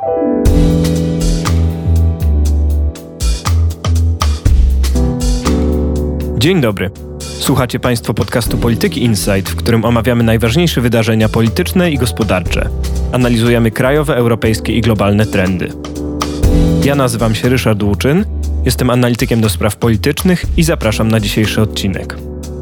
Dzień dobry. Słuchacie Państwo podcastu Polityki Insight, w którym omawiamy najważniejsze wydarzenia polityczne i gospodarcze. Analizujemy krajowe, europejskie i globalne trendy. Ja nazywam się Ryszard Łuczyn, jestem analitykiem do spraw politycznych i zapraszam na dzisiejszy odcinek.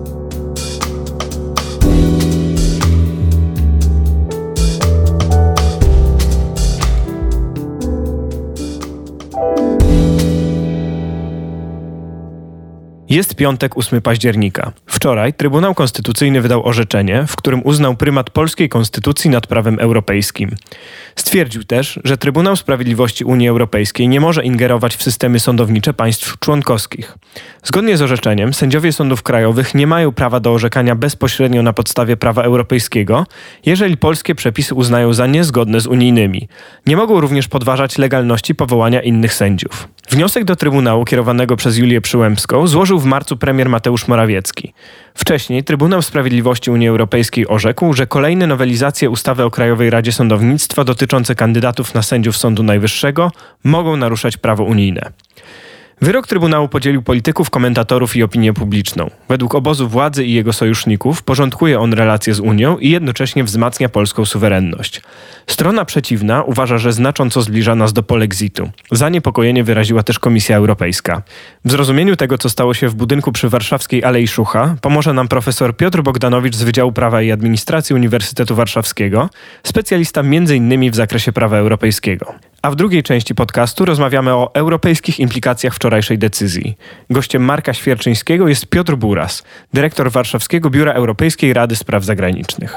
Jest piątek, 8 października. Wczoraj Trybunał Konstytucyjny wydał orzeczenie, w którym uznał prymat polskiej konstytucji nad prawem europejskim. Stwierdził też, że Trybunał Sprawiedliwości Unii Europejskiej nie może ingerować w systemy sądownicze państw członkowskich. Zgodnie z orzeczeniem sędziowie sądów krajowych nie mają prawa do orzekania bezpośrednio na podstawie prawa europejskiego, jeżeli polskie przepisy uznają za niezgodne z unijnymi. Nie mogą również podważać legalności powołania innych sędziów. Wniosek do Trybunału kierowanego przez Julię Przyłębską złożył w marcu premier Mateusz Morawiecki. Wcześniej Trybunał Sprawiedliwości Unii Europejskiej orzekł, że kolejne nowelizacje ustawy o Krajowej Radzie Sądownictwa dotyczące kandydatów na sędziów Sądu Najwyższego mogą naruszać prawo unijne. Wyrok Trybunału podzielił polityków, komentatorów i opinię publiczną. Według obozu władzy i jego sojuszników porządkuje on relacje z Unią i jednocześnie wzmacnia polską suwerenność. Strona przeciwna uważa, że znacząco zbliża nas do polexitu. Zaniepokojenie wyraziła też Komisja Europejska. W zrozumieniu tego, co stało się w budynku przy warszawskiej Alei Szucha, pomoże nam profesor Piotr Bogdanowicz z Wydziału Prawa i Administracji Uniwersytetu Warszawskiego, specjalista m.in. w zakresie prawa europejskiego. A w drugiej części podcastu rozmawiamy o europejskich implikacjach wczorajszej decyzji. Gościem Marka Świerczyńskiego jest Piotr Buras, dyrektor Warszawskiego Biura Europejskiej Rady Spraw Zagranicznych.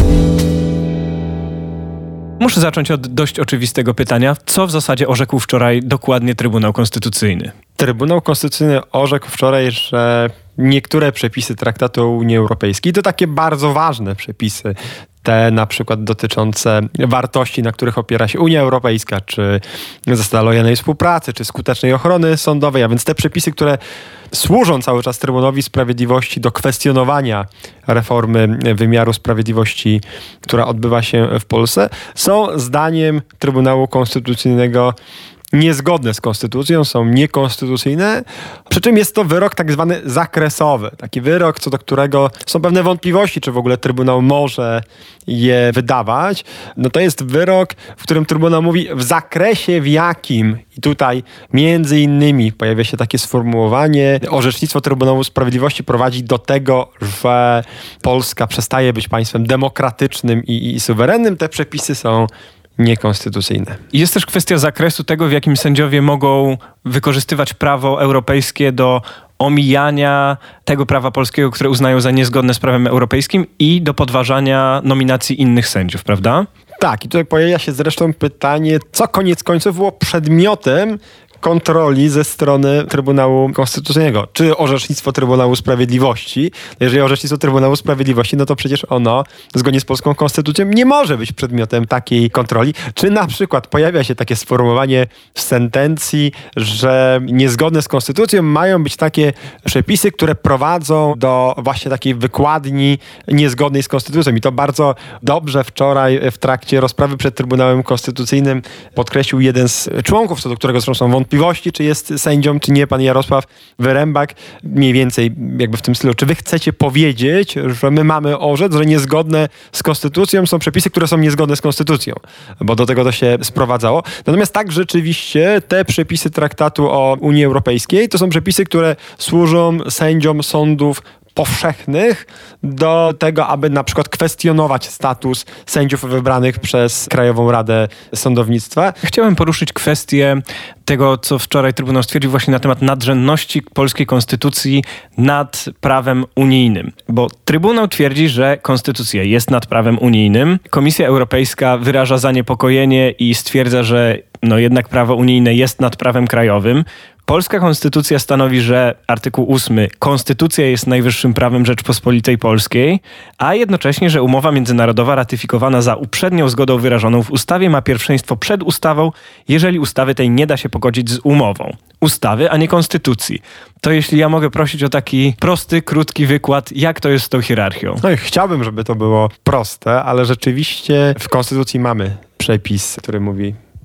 Muszę zacząć od dość oczywistego pytania. Co w zasadzie orzekł wczoraj dokładnie Trybunał Konstytucyjny? Trybunał Konstytucyjny orzekł wczoraj, że niektóre przepisy traktatu o Unii Europejskiej, to takie bardzo ważne przepisy, te na przykład dotyczące wartości, na których opiera się Unia Europejska, czy zasada lojalnej współpracy, czy skutecznej ochrony sądowej, a więc te przepisy, które służą cały czas Trybunałowi Sprawiedliwości do kwestionowania reformy wymiaru sprawiedliwości, która odbywa się w Polsce, są zdaniem Trybunału Konstytucyjnego niezgodne z konstytucją, są niekonstytucyjne, przy czym jest to wyrok tak zwany zakresowy. Taki wyrok, co do którego są pewne wątpliwości, czy w ogóle Trybunał może je wydawać. No to jest wyrok, w którym Trybunał mówi w zakresie w jakim, i tutaj między innymi pojawia się takie sformułowanie, orzecznictwo Trybunału Sprawiedliwości prowadzi do tego, że Polska przestaje być państwem demokratycznym i suwerennym. Te przepisy są niekonstytucyjne. Jest też kwestia zakresu tego, w jakim sędziowie mogą wykorzystywać prawo europejskie do omijania tego prawa polskiego, które uznają za niezgodne z prawem europejskim i do podważania nominacji innych sędziów, prawda? Tak, i tutaj pojawia się zresztą pytanie, co koniec końców było przedmiotem kontroli ze strony Trybunału Konstytucyjnego. Czy orzecznictwo Trybunału Sprawiedliwości? Jeżeli orzecznictwo Trybunału Sprawiedliwości, no to przecież ono, zgodnie z polską konstytucją, nie może być przedmiotem takiej kontroli. Czy na przykład pojawia się takie sformułowanie w sentencji, że niezgodne z konstytucją mają być takie przepisy, które prowadzą do właśnie takiej wykładni niezgodnej z konstytucją. I to bardzo dobrze wczoraj w trakcie rozprawy przed Trybunałem Konstytucyjnym podkreślił jeden z członków, co do którego zresztą są wątpliwości, czy jest sędzią, czy nie, pan Jarosław Wyrembak, mniej więcej jakby w tym stylu. Czy wy chcecie powiedzieć, że my mamy orzec, że niezgodne z konstytucją są przepisy, które są niezgodne z konstytucją? Bo do tego to się sprowadzało. Natomiast tak, rzeczywiście te przepisy traktatu o Unii Europejskiej to są przepisy, które służą sędziom sądów powszechnych do tego, aby na przykład kwestionować status sędziów wybranych przez Krajową Radę Sądownictwa. Chciałem poruszyć kwestię tego, co wczoraj Trybunał stwierdził właśnie na temat nadrzędności polskiej konstytucji nad prawem unijnym. Bo Trybunał twierdzi, że konstytucja jest nad prawem unijnym. Komisja Europejska wyraża zaniepokojenie i stwierdza, że jednak prawo unijne jest nad prawem krajowym. Polska konstytucja stanowi, że artykuł 8. Konstytucja jest najwyższym prawem Rzeczpospolitej Polskiej, a jednocześnie, że umowa międzynarodowa ratyfikowana za uprzednią zgodą wyrażoną w ustawie ma pierwszeństwo przed ustawą, jeżeli ustawy tej nie da się pogodzić z umową. Ustawy, a nie konstytucji. To jeśli ja mogę prosić o taki prosty, krótki wykład, jak to jest z tą hierarchią? No i chciałbym, żeby to było proste, ale rzeczywiście w konstytucji mamy przepis, który mówi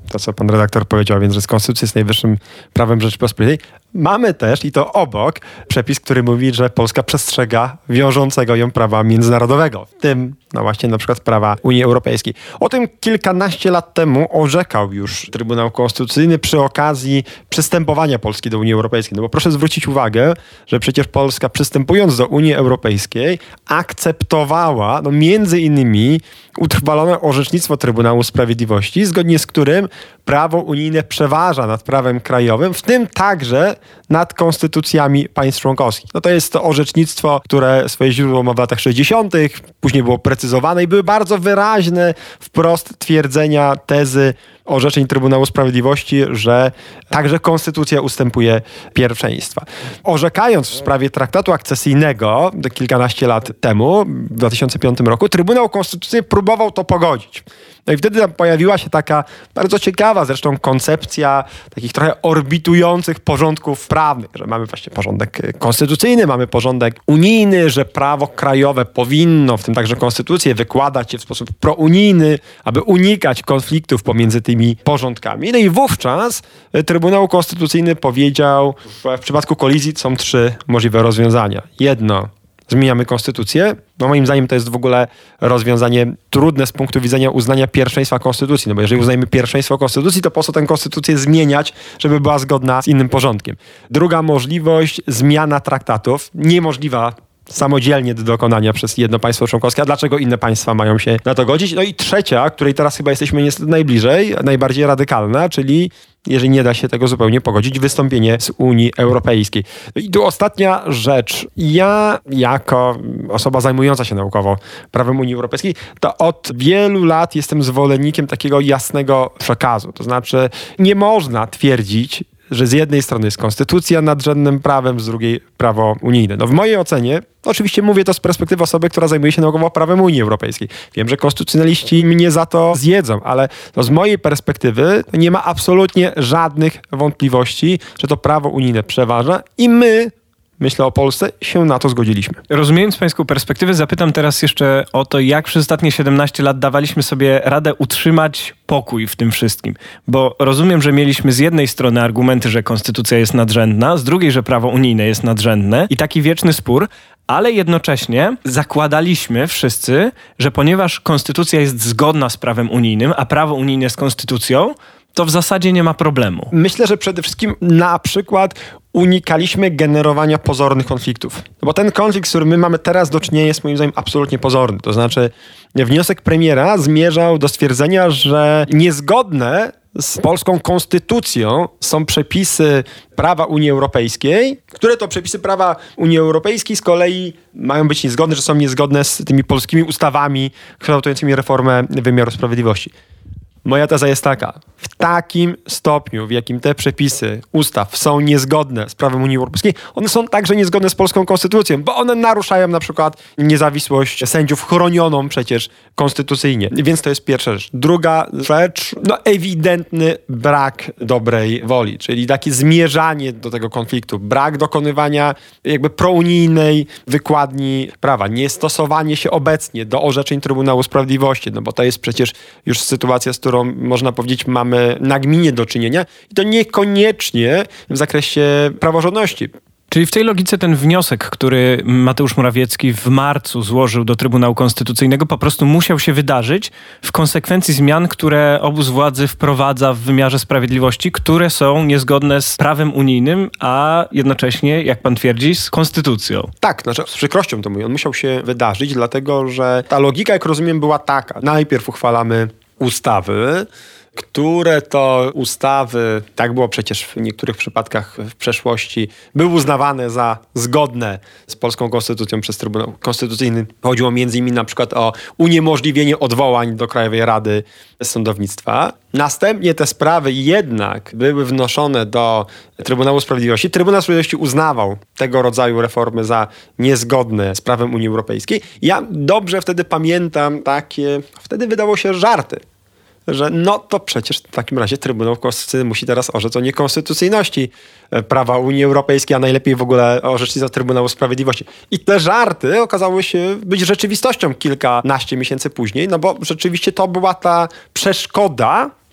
to co pan redaktor powiedział, więc że konstytucja jest najwyższym prawem Rzeczypospolitej. Mamy też, i to obok, przepis, który mówi, że Polska przestrzega wiążącego ją prawa międzynarodowego, w tym właśnie na przykład prawa Unii Europejskiej. O tym kilkanaście lat temu orzekał już Trybunał Konstytucyjny przy okazji przystępowania Polski do Unii Europejskiej. No bo proszę zwrócić uwagę, że przecież Polska przystępując do Unii Europejskiej akceptowała między innymi utrwalone orzecznictwo Trybunału Sprawiedliwości, zgodnie z którym prawo unijne przeważa nad prawem krajowym, w tym także nad konstytucjami państw członkowskich. To jest to orzecznictwo, które swoje źródło ma w latach 60., później było precyzowane i były bardzo wyraźne wprost twierdzenia, tezy orzeczeń Trybunału Sprawiedliwości, że także konstytucja ustępuje pierwszeństwa. Orzekając w sprawie traktatu akcesyjnego kilkanaście lat temu, w 2005 roku, Trybunał Konstytucyjny próbował to pogodzić. No i wtedy pojawiła się taka bardzo ciekawa zresztą koncepcja takich trochę orbitujących porządków prawnych, że mamy właśnie porządek konstytucyjny, mamy porządek unijny, że prawo krajowe powinno, w tym także konstytucję, wykładać się w sposób prounijny, aby unikać konfliktów pomiędzy tymi porządkami. No i wówczas Trybunał Konstytucyjny powiedział, że w przypadku kolizji są trzy możliwe rozwiązania. Jedno, zmieniamy konstytucję. Moim zdaniem to jest w ogóle rozwiązanie trudne z punktu widzenia uznania pierwszeństwa konstytucji. Bo jeżeli uznajemy pierwszeństwo konstytucji, to po co tę konstytucję zmieniać, żeby była zgodna z innym porządkiem. Druga możliwość, zmiana traktatów. Niemożliwa samodzielnie do dokonania przez jedno państwo członkowskie. A dlaczego inne państwa mają się na to godzić? No i trzecia, której teraz chyba jesteśmy niestety najbliżej, najbardziej radykalna, czyli jeżeli nie da się tego zupełnie pogodzić, wystąpienie z Unii Europejskiej. No i tu ostatnia rzecz. Ja jako osoba zajmująca się naukowo prawem Unii Europejskiej, to od wielu lat jestem zwolennikiem takiego jasnego przekazu. To znaczy nie można twierdzić, że z jednej strony jest konstytucja nadrzędnym prawem, z drugiej prawo unijne. W mojej ocenie, oczywiście mówię to z perspektywy osoby, która zajmuje się naukowo prawem Unii Europejskiej. Wiem, że konstytucjonaliści mnie za to zjedzą, ale z mojej perspektywy nie ma absolutnie żadnych wątpliwości, że to prawo unijne przeważa i my, myślę o Polsce, się na to zgodziliśmy. Rozumiejąc pańską perspektywę, zapytam teraz jeszcze o to, jak przez ostatnie 17 lat dawaliśmy sobie radę utrzymać pokój w tym wszystkim. Bo rozumiem, że mieliśmy z jednej strony argumenty, że konstytucja jest nadrzędna, z drugiej, że prawo unijne jest nadrzędne i taki wieczny spór, ale jednocześnie zakładaliśmy wszyscy, że ponieważ konstytucja jest zgodna z prawem unijnym, a prawo unijne z konstytucją, to w zasadzie nie ma problemu. Myślę, że przede wszystkim na przykład unikaliśmy generowania pozornych konfliktów. Bo ten konflikt, z którym my mamy teraz do czynienia, jest moim zdaniem absolutnie pozorny. To znaczy wniosek premiera zmierzał do stwierdzenia, że niezgodne z polską konstytucją są przepisy prawa Unii Europejskiej, które to przepisy prawa Unii Europejskiej z kolei mają być niezgodne, że są niezgodne z tymi polskimi ustawami kształtującymi reformę wymiaru sprawiedliwości. Moja teza jest taka. W takim stopniu, w jakim te przepisy ustaw są niezgodne z prawem Unii Europejskiej, one są także niezgodne z polską konstytucją, bo one naruszają na przykład niezawisłość sędziów chronioną przecież konstytucyjnie. Więc to jest pierwsza rzecz. Druga rzecz, ewidentny brak dobrej woli, czyli takie zmierzanie do tego konfliktu, brak dokonywania jakby prounijnej wykładni prawa, niestosowanie się obecnie do orzeczeń Trybunału Sprawiedliwości, bo to jest przecież już sytuacja, z którą można powiedzieć mamy nagminnie do czynienia i to niekoniecznie w zakresie praworządności. Czyli w tej logice ten wniosek, który Mateusz Morawiecki w marcu złożył do Trybunału Konstytucyjnego, po prostu musiał się wydarzyć w konsekwencji zmian, które obóz władzy wprowadza w wymiarze sprawiedliwości, które są niezgodne z prawem unijnym, a jednocześnie, jak pan twierdzi, z konstytucją. Tak, z przykrością to mówię. On musiał się wydarzyć, dlatego że ta logika, jak rozumiem, była taka. Najpierw uchwalamy ustawy, które to ustawy, tak było przecież w niektórych przypadkach w przeszłości, były uznawane za zgodne z polską konstytucją przez Trybunał Konstytucyjny. Chodziło między innymi na przykład o uniemożliwienie odwołań do Krajowej Rady Sądownictwa. Następnie te sprawy jednak były wnoszone do Trybunału Sprawiedliwości. Trybunał Sprawiedliwości uznawał tego rodzaju reformy za niezgodne z prawem Unii Europejskiej. Ja dobrze wtedy pamiętam takie, wtedy wydało się żarty, że to przecież w takim razie Trybunał Konstytucyjny musi teraz orzec o niekonstytucyjności prawa Unii Europejskiej, a najlepiej w ogóle orzecznictwa Trybunału Sprawiedliwości. I te żarty okazały się być rzeczywistością kilkanaście miesięcy później, bo rzeczywiście to była ta przeszkoda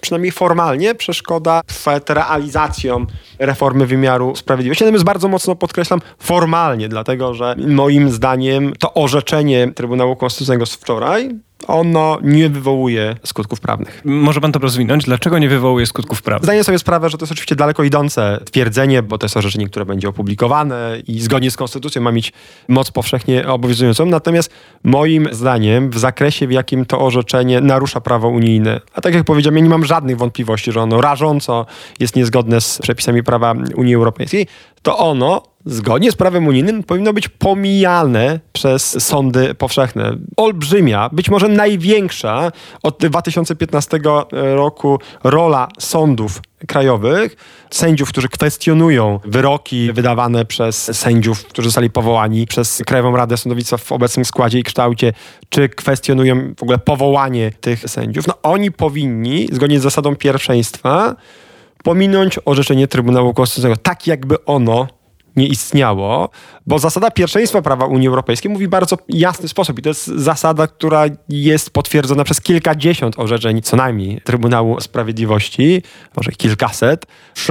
przynajmniej formalnie przeszkoda przed realizacją reformy wymiaru sprawiedliwości. Natomiast bardzo mocno podkreślam formalnie, dlatego że moim zdaniem to orzeczenie Trybunału Konstytucyjnego z wczoraj, ono nie wywołuje skutków prawnych. Może pan to rozwinąć? Dlaczego nie wywołuje skutków prawnych? Zdaję sobie sprawę, że to jest oczywiście daleko idące twierdzenie, bo to jest orzeczenie, które będzie opublikowane i zgodnie z konstytucją ma mieć moc powszechnie obowiązującą. Natomiast moim zdaniem w zakresie, w jakim to orzeczenie narusza prawo unijne, a tak jak powiedziałem, ja nie mam żadnych wątpliwości, że ono rażąco jest niezgodne z przepisami prawa Unii Europejskiej, to ono zgodnie z prawem unijnym powinno być pomijane przez sądy powszechne. Olbrzymia, być może największa od 2015 roku rola sądów krajowych, sędziów, którzy kwestionują wyroki wydawane przez sędziów, którzy zostali powołani przez Krajową Radę Sądownictwa w obecnym składzie i kształcie, czy kwestionują w ogóle powołanie tych sędziów. No oni powinni, zgodnie z zasadą pierwszeństwa, pominąć orzeczenie Trybunału Konstytucyjnego, tak jakby ono nie istniało, bo zasada pierwszeństwa prawa Unii Europejskiej mówi w bardzo jasny sposób i to jest zasada, która jest potwierdzona przez kilkadziesiąt orzeczeń, co najmniej Trybunału Sprawiedliwości, może kilkaset,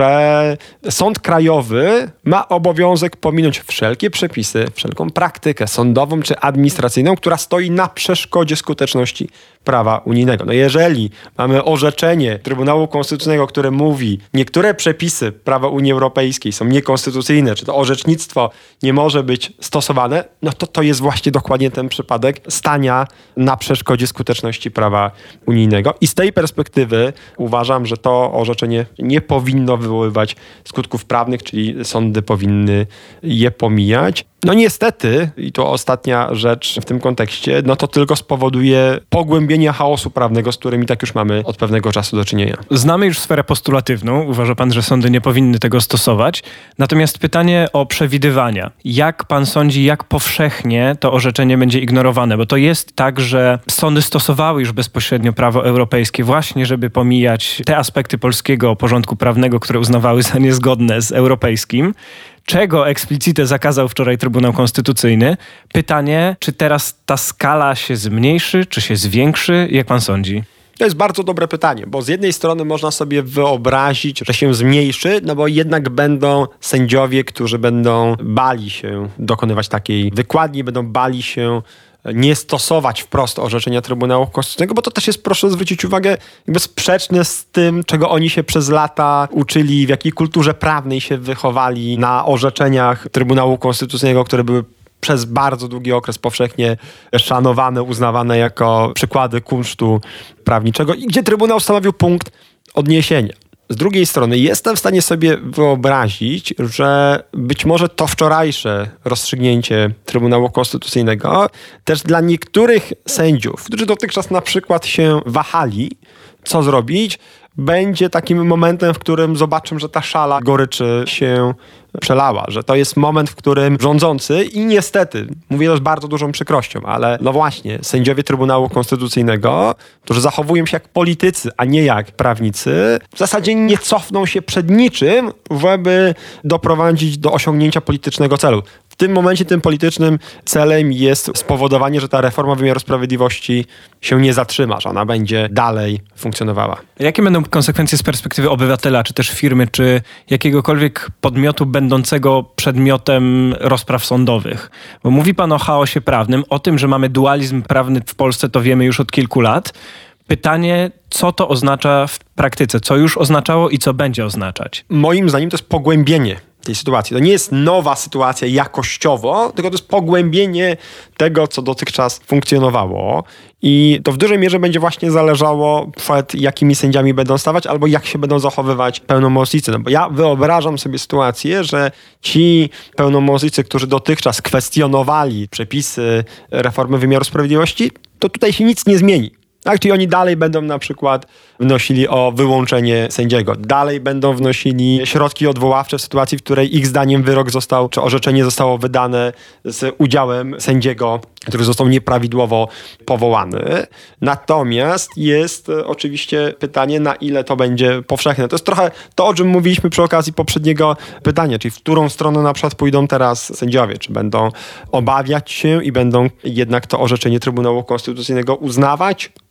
że sąd krajowy ma obowiązek pominąć wszelkie przepisy, wszelką praktykę sądową czy administracyjną, która stoi na przeszkodzie skuteczności prawa unijnego. No jeżeli mamy orzeczenie Trybunału Konstytucyjnego, które mówi, niektóre przepisy prawa Unii Europejskiej są niekonstytucyjne, czy to orzecznictwo nie może być stosowane, no to jest właśnie dokładnie ten przypadek stania na przeszkodzie skuteczności prawa unijnego. I z tej perspektywy uważam, że to orzeczenie nie powinno wywoływać skutków prawnych, czyli sądy powinny je pomijać. No niestety, i to ostatnia rzecz w tym kontekście, no to tylko spowoduje pogłębienie chaosu prawnego, z którym i tak już mamy od pewnego czasu do czynienia. Znamy już sferę postulatywną. Uważa pan, że sądy nie powinny tego stosować. Natomiast pytanie o przewidywania. Jak pan sądzi, jak powszechnie to orzeczenie będzie ignorowane? Bo to jest tak, że sądy stosowały już bezpośrednio prawo europejskie właśnie, żeby pomijać te aspekty polskiego porządku prawnego, które uznawały za niezgodne z europejskim, czego explicite zakazał wczoraj Trybunał Konstytucyjny. Pytanie, czy teraz ta skala się zmniejszy, czy się zwiększy? Jak pan sądzi? To jest bardzo dobre pytanie, bo z jednej strony można sobie wyobrazić, że się zmniejszy, no bo jednak będą sędziowie, którzy będą bali się dokonywać takiej wykładni, będą bali się nie stosować wprost orzeczenia Trybunału Konstytucyjnego, bo to też jest, proszę zwrócić uwagę, jakby sprzeczne z tym, czego oni się przez lata uczyli, w jakiej kulturze prawnej się wychowali na orzeczeniach Trybunału Konstytucyjnego, które były przez bardzo długi okres powszechnie szanowane, uznawane jako przykłady kunsztu prawniczego i gdzie Trybunał stanowił punkt odniesienia. Z drugiej strony jestem w stanie sobie wyobrazić, że być może to wczorajsze rozstrzygnięcie Trybunału Konstytucyjnego też dla niektórych sędziów, którzy dotychczas na przykład się wahali, co zrobić, będzie takim momentem, w którym zobaczę, że ta szala goryczy się przelała, że to jest moment, w którym rządzący i niestety, mówię to z bardzo dużą przykrością, ale no właśnie, sędziowie Trybunału Konstytucyjnego, którzy zachowują się jak politycy, a nie jak prawnicy, w zasadzie nie cofną się przed niczym, żeby doprowadzić do osiągnięcia politycznego celu. W tym momencie tym politycznym celem jest spowodowanie, że ta reforma wymiaru sprawiedliwości się nie zatrzyma, że ona będzie dalej funkcjonowała. Jakie będą konsekwencje z perspektywy obywatela, czy też firmy, czy jakiegokolwiek podmiotu będącego przedmiotem rozpraw sądowych? Bo mówi pan o chaosie prawnym, o tym, że mamy dualizm prawny w Polsce, to wiemy już od kilku lat. Pytanie, co to oznacza w praktyce? Co już oznaczało i co będzie oznaczać? Moim zdaniem to jest pogłębienie tej sytuacji. To nie jest nowa sytuacja jakościowo, tylko to jest pogłębienie tego, co dotychczas funkcjonowało. I to w dużej mierze będzie właśnie zależało, przed jakimi sędziami będą stawać, albo jak się będą zachowywać pełnomocnicy. No bo ja wyobrażam sobie sytuację, że ci pełnomocnicy, którzy dotychczas kwestionowali przepisy reformy wymiaru sprawiedliwości, to tutaj się nic nie zmieni. Tak, czyli oni dalej będą na przykład wnosili o wyłączenie sędziego. Dalej będą wnosili środki odwoławcze w sytuacji, w której ich zdaniem wyrok został, czy orzeczenie zostało wydane z udziałem sędziego, który został nieprawidłowo powołany. Natomiast jest oczywiście pytanie, na ile to będzie powszechne. To jest trochę to, o czym mówiliśmy przy okazji poprzedniego pytania, czyli w którą stronę na przykład pójdą teraz sędziowie. Czy będą obawiać się i będą jednak to orzeczenie Trybunału Konstytucyjnego uznawać,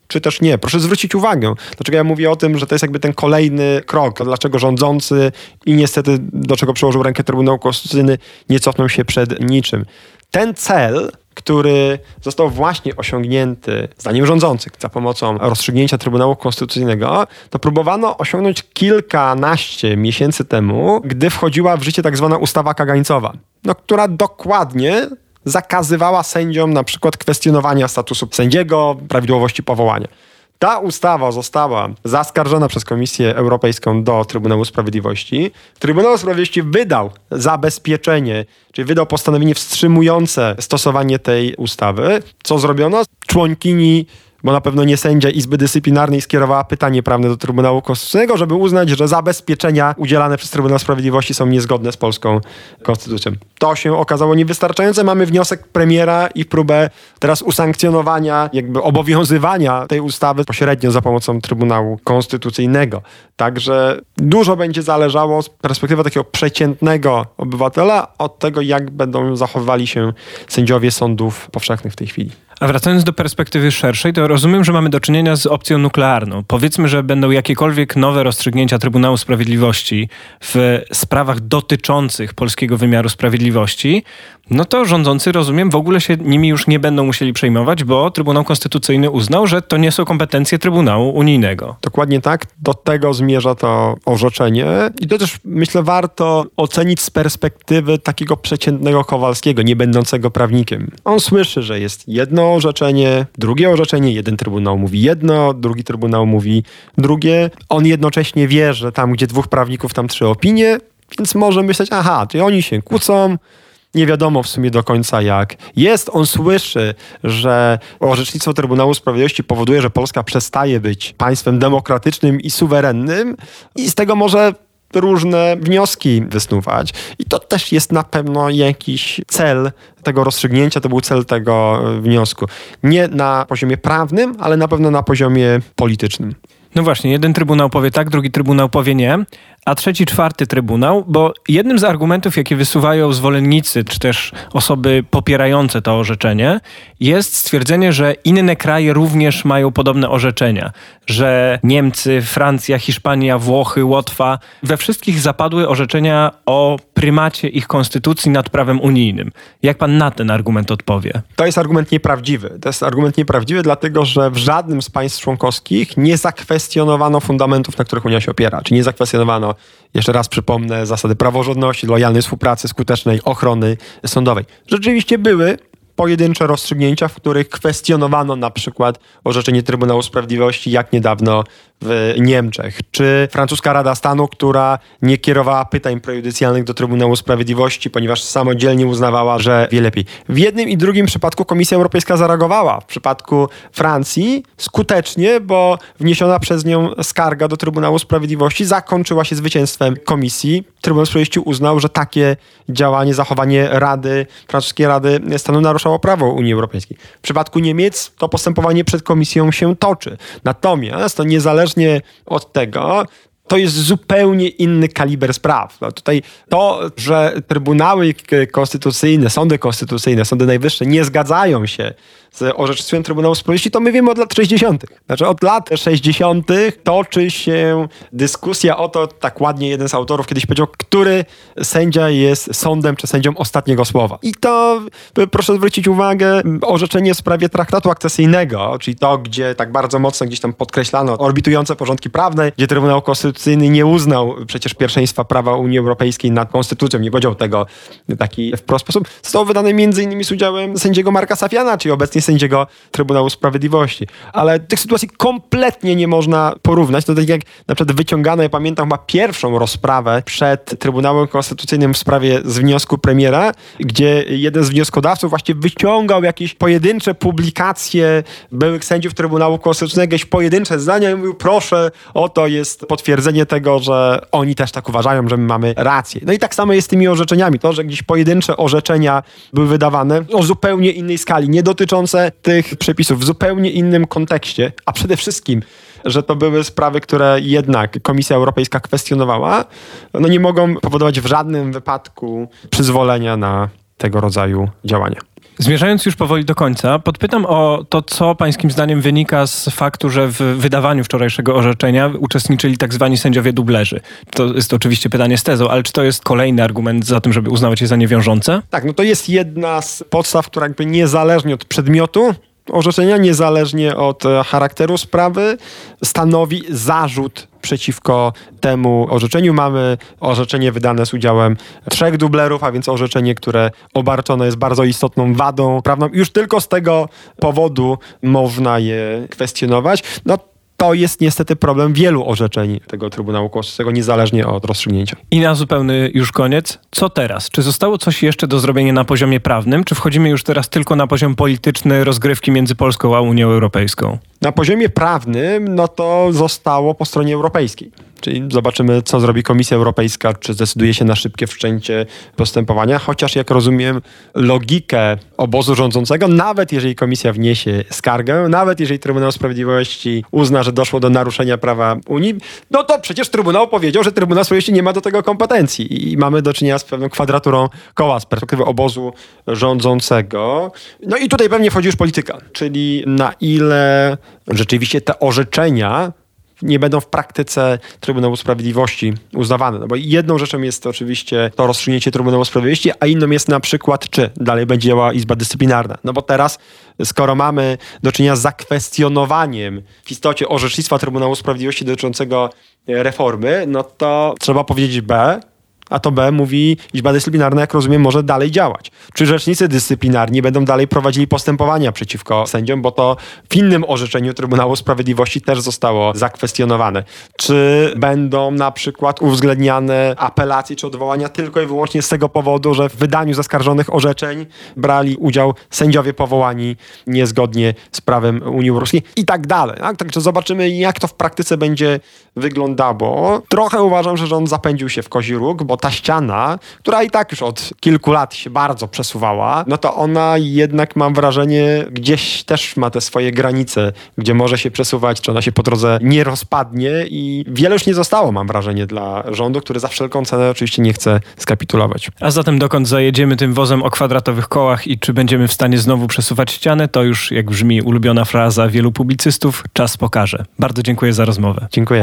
czy też nie. Proszę zwrócić uwagę, dlaczego ja mówię o tym, że to jest jakby ten kolejny krok, dlaczego rządzący i niestety do czego przyłożył rękę Trybunał Konstytucyjny nie cofnął się przed niczym. Ten cel, który został właśnie osiągnięty, zdaniem rządzących, za pomocą rozstrzygnięcia Trybunału Konstytucyjnego, to próbowano osiągnąć kilkanaście miesięcy temu, gdy wchodziła w życie tak zwana ustawa kagańcowa, która dokładnie zakazywała sędziom na przykład kwestionowania statusu sędziego, prawidłowości powołania. Ta ustawa została zaskarżona przez Komisję Europejską do Trybunału Sprawiedliwości. Trybunał Sprawiedliwości wydał zabezpieczenie, czyli wydał postanowienie wstrzymujące stosowanie tej ustawy. Co zrobiono? Członkini, bo na pewno nie sędzia Izby Dyscyplinarnej, skierowała pytanie prawne do Trybunału Konstytucyjnego, żeby uznać, że zabezpieczenia udzielane przez Trybunał Sprawiedliwości są niezgodne z polską konstytucją. To się okazało niewystarczające. Mamy wniosek premiera i próbę teraz usankcjonowania, jakby obowiązywania tej ustawy pośrednio za pomocą Trybunału Konstytucyjnego. Także dużo będzie zależało z perspektywy takiego przeciętnego obywatela od tego, jak będą zachowywali się sędziowie sądów powszechnych w tej chwili. A wracając do perspektywy szerszej, to rozumiem, że mamy do czynienia z opcją nuklearną. Powiedzmy, że będą jakiekolwiek nowe rozstrzygnięcia Trybunału Sprawiedliwości w sprawach dotyczących polskiego wymiaru sprawiedliwości, no to rządzący, rozumiem, w ogóle się nimi już nie będą musieli przejmować, bo Trybunał Konstytucyjny uznał, że to nie są kompetencje Trybunału Unijnego. Dokładnie tak. Do tego zmierza to orzeczenie. I to też, myślę, warto ocenić z perspektywy takiego przeciętnego Kowalskiego, nie będącego prawnikiem. On słyszy, że jest jedno orzeczenie, drugie orzeczenie, jeden trybunał mówi jedno, drugi trybunał mówi drugie. On jednocześnie wie, że tam, gdzie dwóch prawników, tam trzy opinie, więc może myśleć, czyli oni się kłócą, nie wiadomo w sumie do końca jak jest. On słyszy, że orzecznictwo Trybunału Sprawiedliwości powoduje, że Polska przestaje być państwem demokratycznym i suwerennym i z tego może różne wnioski wysnuwać. I to też jest na pewno jakiś cel tego rozstrzygnięcia, to był cel tego wniosku. Nie na poziomie prawnym, ale na pewno na poziomie politycznym. No właśnie, jeden trybunał powie tak, drugi trybunał powie nie, a trzeci, czwarty trybunał, bo jednym z argumentów, jakie wysuwają zwolennicy, czy też osoby popierające to orzeczenie, jest stwierdzenie, że inne kraje również mają podobne orzeczenia, że Niemcy, Francja, Hiszpania, Włochy, Łotwa, we wszystkich zapadły orzeczenia o prymacie ich konstytucji nad prawem unijnym. Jak pan na ten argument odpowie? To jest argument nieprawdziwy. To jest argument nieprawdziwy, dlatego że w żadnym z państw członkowskich nie zakwestionowano fundamentów, na których Unia się opiera. Czy nie zakwestionowano, jeszcze raz przypomnę, zasady praworządności, lojalnej współpracy, skutecznej ochrony sądowej. Rzeczywiście były pojedyncze rozstrzygnięcia, w których kwestionowano na przykład orzeczenie Trybunału Sprawiedliwości, jak niedawno w Niemczech, czy francuska Rada Stanu, która nie kierowała pytań prejudycjalnych do Trybunału Sprawiedliwości, ponieważ samodzielnie uznawała, że wie lepiej. W jednym i drugim przypadku Komisja Europejska zareagowała. W przypadku Francji skutecznie, bo wniesiona przez nią skarga do Trybunału Sprawiedliwości zakończyła się zwycięstwem Komisji. Trybunał Sprawiedliwości uznał, że takie działanie, zachowanie francuskiej Rady Stanu naruszało prawo Unii Europejskiej. W przypadku Niemiec to postępowanie przed Komisją się toczy. Natomiast to niezależnie od tego, to jest zupełnie inny kaliber spraw. No tutaj to, że trybunały konstytucyjne, Sądy Najwyższe nie zgadzają się z orzecznictwem Trybunału Sprawiedliwości, to my wiemy od lat 60. Znaczy od lat 60. toczy się dyskusja o to, tak ładnie jeden z autorów kiedyś powiedział, który sędzia jest sądem czy sędzią ostatniego słowa. I to, proszę zwrócić uwagę, orzeczenie w sprawie traktatu akcesyjnego, czyli to, gdzie tak bardzo mocno gdzieś tam podkreślano orbitujące porządki prawne, gdzie Trybunał Konstytucyjny nie uznał przecież pierwszeństwa prawa Unii Europejskiej nad konstytucją, nie powiedział tego w taki wprost sposób, zostało wydane m.in. z udziałem sędziego Marka Safiana, czyli obecnie sędziego Trybunału Sprawiedliwości. Ale tych sytuacji kompletnie nie można porównać. To tak jak na przykład wyciągano, ja pamiętam chyba pierwszą rozprawę przed Trybunałem Konstytucyjnym w sprawie z wniosku premiera, gdzie jeden z wnioskodawców właśnie wyciągał jakieś pojedyncze publikacje byłych sędziów Trybunału Konstytucyjnego, jakieś pojedyncze zdania i mówił, proszę, oto jest potwierdzenie tego, że oni też tak uważają, że my mamy rację. No i tak samo jest z tymi orzeczeniami. To, że gdzieś pojedyncze orzeczenia były wydawane o zupełnie innej skali, nie dotyczące tych przepisów, w zupełnie innym kontekście, a przede wszystkim, że to były sprawy, które jednak Komisja Europejska kwestionowała, no nie mogą powodować w żadnym wypadku przyzwolenia na tego rodzaju działania. Zmierzając już powoli do końca, podpytam o to, co pańskim zdaniem wynika z faktu, że w wydawaniu wczorajszego orzeczenia uczestniczyli tak zwani sędziowie dublerzy. To jest oczywiście pytanie z tezą, ale czy to jest kolejny argument za tym, żeby uznawać je za niewiążące? Tak, no to jest jedna z podstaw, która jakby niezależnie od przedmiotu orzeczenia, niezależnie od charakteru sprawy, stanowi zarzut przeciwko temu orzeczeniu. Mamy orzeczenie wydane z udziałem 3 dublerów, a więc orzeczenie, które obarczone jest bardzo istotną wadą prawną. Już tylko z tego powodu można je kwestionować. To jest niestety problem wielu orzeczeń tego Trybunału Konstytucyjnego, niezależnie od rozstrzygnięcia. I na zupełny już koniec, co teraz? Czy zostało coś jeszcze do zrobienia na poziomie prawnym, czy wchodzimy już teraz tylko na poziom polityczny rozgrywki między Polską a Unią Europejską? Na poziomie prawnym, to zostało po stronie europejskiej. Czyli zobaczymy, co zrobi Komisja Europejska, czy zdecyduje się na szybkie wszczęcie postępowania, chociaż jak rozumiem logikę obozu rządzącego, nawet jeżeli Komisja wniesie skargę, nawet jeżeli Trybunał Sprawiedliwości uzna, że doszło do naruszenia prawa Unii, to przecież Trybunał powiedział, że Trybunał Sprawiedliwości nie ma do tego kompetencji i mamy do czynienia z pewną kwadraturą koła z perspektywy obozu rządzącego. I tutaj pewnie wchodzi już polityka, czyli na ile rzeczywiście te orzeczenia nie będą w praktyce Trybunału Sprawiedliwości uznawane. Bo jedną rzeczą jest oczywiście to rozstrzygnięcie Trybunału Sprawiedliwości, a inną jest na przykład, czy dalej będzie działała Izba Dyscyplinarna. Bo teraz, skoro mamy do czynienia z zakwestionowaniem w istocie orzecznictwa Trybunału Sprawiedliwości dotyczącego reformy, to trzeba powiedzieć B, a to B mówi, Izba Dyscyplinarna, jak rozumiem, może dalej działać. Czy rzecznicy dyscyplinarni będą dalej prowadzili postępowania przeciwko sędziom, bo to w innym orzeczeniu Trybunału Sprawiedliwości też zostało zakwestionowane. Czy będą na przykład uwzględniane apelacje czy odwołania tylko i wyłącznie z tego powodu, że w wydaniu zaskarżonych orzeczeń brali udział sędziowie powołani niezgodnie z prawem Unii Europejskiej i tak dalej. Także zobaczymy, jak to w praktyce będzie wyglądało. Trochę uważam, że rząd zapędził się w kozi róg, bo ta ściana, która i tak już od kilku lat się bardzo przesuwała, to ona jednak, mam wrażenie, gdzieś też ma te swoje granice, gdzie może się przesuwać, czy ona się po drodze nie rozpadnie i wiele już nie zostało, mam wrażenie, dla rządu, który za wszelką cenę oczywiście nie chce skapitulować. A zatem dokąd zajedziemy tym wozem o kwadratowych kołach i czy będziemy w stanie znowu przesuwać ścianę, to już, jak brzmi ulubiona fraza wielu publicystów, czas pokaże. Bardzo dziękuję za rozmowę. Dziękuję.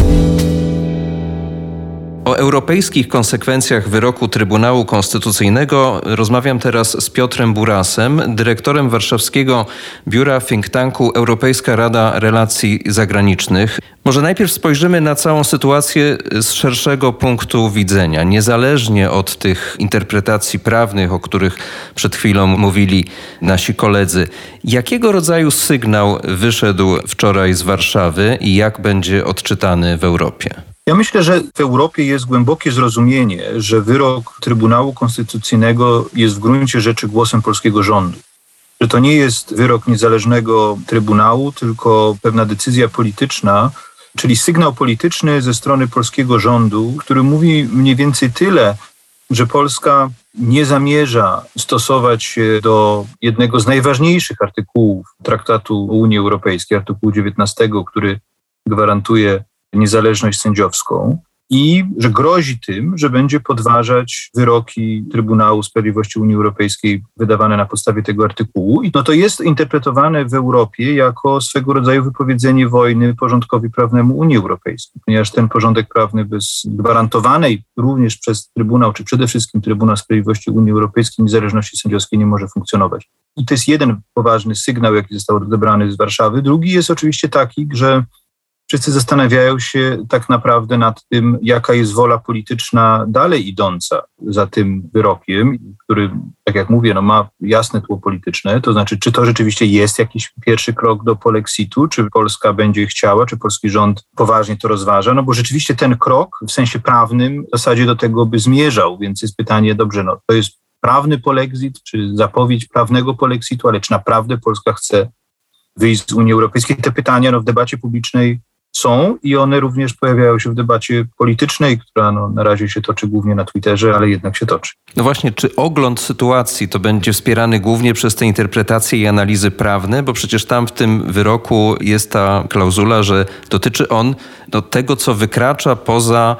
O europejskich konsekwencjach wyroku Trybunału Konstytucyjnego rozmawiam teraz z Piotrem Burasem, dyrektorem warszawskiego biura think tanku Europejska Rada Relacji Zagranicznych. Może najpierw spojrzymy na całą sytuację z szerszego punktu widzenia, niezależnie od tych interpretacji prawnych, o których przed chwilą mówili nasi koledzy. Jakiego rodzaju sygnał wyszedł wczoraj z Warszawy i jak będzie odczytany w Europie? Ja myślę, że w Europie jest głębokie zrozumienie, że wyrok Trybunału Konstytucyjnego jest w gruncie rzeczy głosem polskiego rządu. Że to nie jest wyrok niezależnego Trybunału, tylko pewna decyzja polityczna, czyli sygnał polityczny ze strony polskiego rządu, który mówi mniej więcej tyle, że Polska nie zamierza stosować się do jednego z najważniejszych artykułów Traktatu Unii Europejskiej, artykułu 19, który gwarantuje niezależność sędziowską i że grozi tym, że będzie podważać wyroki Trybunału Sprawiedliwości Unii Europejskiej wydawane na podstawie tego artykułu. I to jest interpretowane w Europie jako swego rodzaju wypowiedzenie wojny porządkowi prawnemu Unii Europejskiej, ponieważ ten porządek prawny bez gwarantowanej również przez Trybunał, czy przede wszystkim Trybunał Sprawiedliwości Unii Europejskiej niezależności sędziowskiej nie może funkcjonować. I to jest jeden poważny sygnał, jaki został odebrany z Warszawy. Drugi jest oczywiście taki, że wszyscy zastanawiają się tak naprawdę nad tym, jaka jest wola polityczna dalej idąca za tym wyrokiem, który, tak jak mówię, ma jasne tło polityczne. To znaczy, czy to rzeczywiście jest jakiś pierwszy krok do polexitu, czy Polska będzie chciała, czy polski rząd poważnie to rozważa. Bo rzeczywiście ten krok w sensie prawnym w zasadzie do tego by zmierzał, więc jest pytanie, dobrze, to jest prawny polexit, czy zapowiedź prawnego polexitu, ale czy naprawdę Polska chce wyjść z Unii Europejskiej? Te pytania w debacie publicznej są i one również pojawiają się w debacie politycznej, która na razie się toczy głównie na Twitterze, ale jednak się toczy. No właśnie, czy ogląd sytuacji to będzie wspierany głównie przez te interpretacje i analizy prawne, bo przecież tam w tym wyroku jest ta klauzula, że dotyczy on tego, co wykracza poza